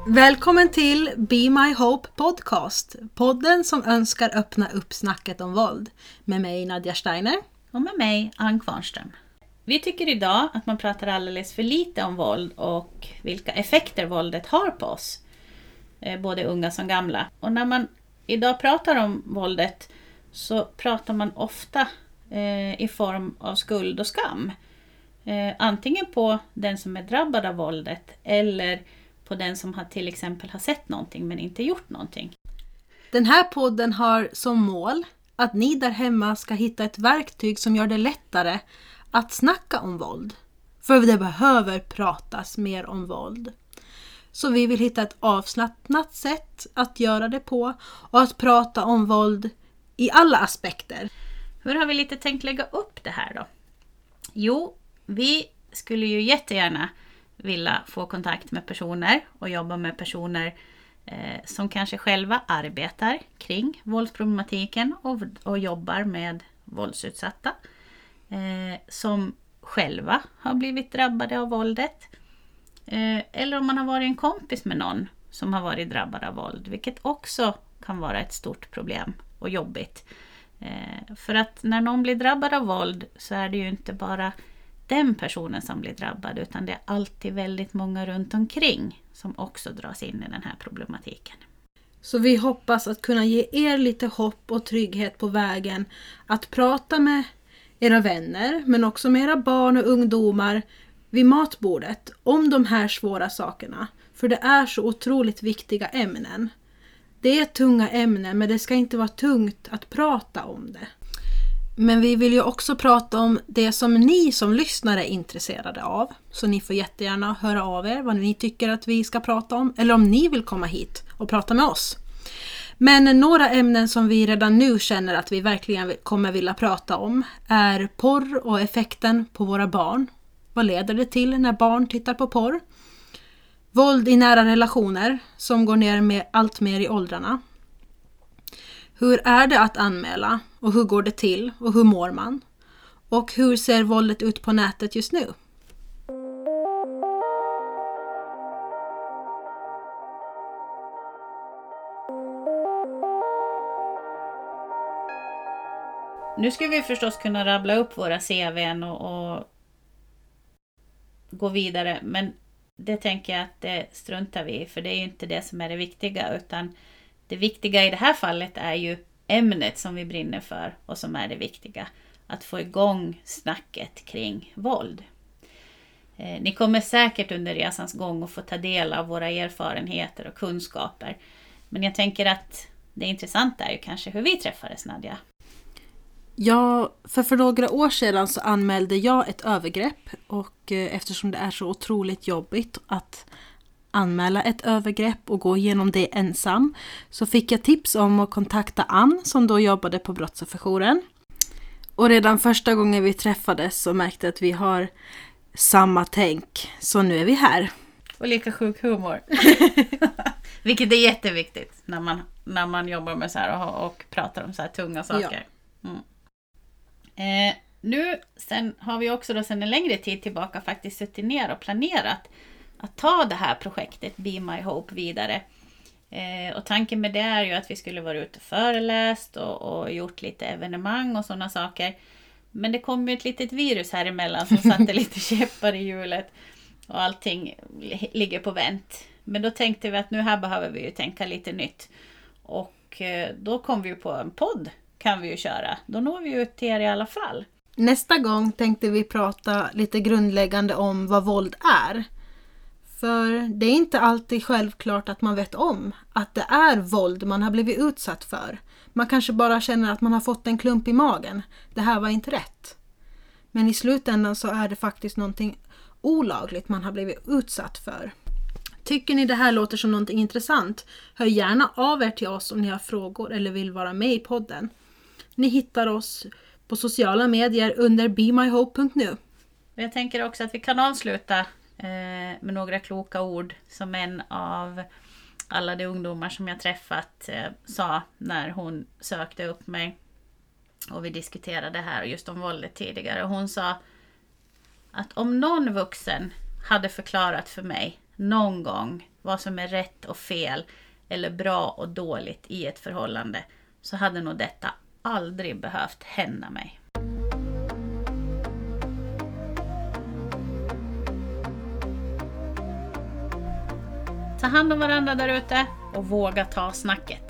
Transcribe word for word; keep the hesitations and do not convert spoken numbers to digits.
Välkommen till Be My Hope Podcast, podden som önskar öppna upp snacket om våld. Med mig Nadja Steiner. Och med mig Ann Kvarnström. Vi tycker idag att man pratar alldeles för lite om våld och vilka effekter våldet har på oss. Både unga som gamla. Och när man idag pratar om våldet så pratar man ofta eh, i form av skuld och skam. Eh, antingen på den som är drabbad av våldet eller på den som har till exempel har sett någonting men inte gjort någonting. Den här podden har som mål att ni där hemma ska hitta ett verktyg som gör det lättare att snacka om våld. För det behöver pratas mer om våld. Så vi vill hitta ett avslappnat sätt att göra det på och att prata om våld i alla aspekter. Hur har vi lite tänkt lägga upp det här då? Jo, vi skulle ju jättegärna vilja få kontakt med personer och jobba med personer eh, som kanske själva arbetar kring våldsproblematiken och, och jobbar med våldsutsatta. Eh, som själva har blivit drabbade av våldet. Eh, eller om man har varit en kompis med någon som har varit drabbad av våld. Vilket också kan vara ett stort problem och jobbigt. Eh, för att när någon blir drabbad av våld så är det ju inte bara den personen som blir drabbad, utan det är alltid väldigt många runt omkring som också dras in i den här problematiken. Så vi hoppas att kunna ge er lite hopp och trygghet på vägen att prata med era vänner men också med era barn och ungdomar vid matbordet om de här svåra sakerna. För det är så otroligt viktiga ämnen. Det är tunga ämnen men det ska inte vara tungt att prata om det. Men vi vill ju också prata om det som ni som lyssnare är intresserade av. Så ni får jättegärna höra av er vad ni tycker att vi ska prata om. Eller om ni vill komma hit och prata med oss. Men några ämnen som vi redan nu känner att vi verkligen kommer vilja prata om är porr och effekten på våra barn. Vad leder det till när barn tittar på porr? Våld i nära relationer som går ner med allt mer i åldrarna. Hur är det att anmäla och hur går det till och hur mår man? Och hur ser våldet ut på nätet just nu? Nu ska vi förstås kunna rabbla upp våra C V:n och, och gå vidare, men det tänker jag att det struntar vi i, för det är ju inte det som är det viktiga, utan det viktiga i det här fallet är ju ämnet som vi brinner för och som är det viktiga. Att få igång snacket kring våld. Eh, ni kommer säkert under resans gång att få ta del av våra erfarenheter och kunskaper. Men jag tänker att det intressanta är ju kanske hur vi träffades, Nadja. Ja, för för några år sedan så anmälde jag ett övergrepp och eh, eftersom det är så otroligt jobbigt att anmäla ett övergrepp och gå igenom det ensam så fick jag tips om att kontakta Ann som då jobbade på brottsofferjouren. Och redan första gången vi träffades så märkte jag att vi har samma tänk. Så nu är vi här. Och lika sjuk humor. Vilket är jätteviktigt när man, när man jobbar med så här och, och pratar om så här tunga saker. Ja. Mm. Eh, nu sen har vi också då sedan en längre tid tillbaka faktiskt suttit ner och planerat att ta det här projektet Be My Hope vidare. Eh, och tanken med det är ju att vi skulle vara ute och föreläst och, och gjort lite evenemang och sådana saker. Men det kom ju ett litet virus här emellan som satte lite käppar i hjulet och allting ligger på vänt. Men då tänkte vi att nu här behöver vi ju tänka lite nytt. Och eh, då kom vi ju på en podd kan vi ju köra. Då når vi ju ut till er i alla fall. Nästa gång tänkte vi prata lite grundläggande om vad våld är. För det är inte alltid självklart att man vet om att det är våld man har blivit utsatt för. Man kanske bara känner att man har fått en klump i magen. Det här var inte rätt. Men i slutändan så är det faktiskt någonting olagligt man har blivit utsatt för. Tycker ni det här låter som någonting intressant? Hör gärna av er till oss om ni har frågor eller vill vara med i podden. Ni hittar oss på sociala medier under be my hope punkt nu. Jag tänker också att vi kan avsluta med några kloka ord som en av alla de ungdomar som jag träffat eh, sa när hon sökte upp mig och vi diskuterade här just om våldet tidigare. Hon sa att om någon vuxen hade förklarat för mig någon gång vad som är rätt och fel eller bra och dåligt i ett förhållande, så hade nog detta aldrig behövt hända mig. Ta hand om varandra där ute och våga ta snacket.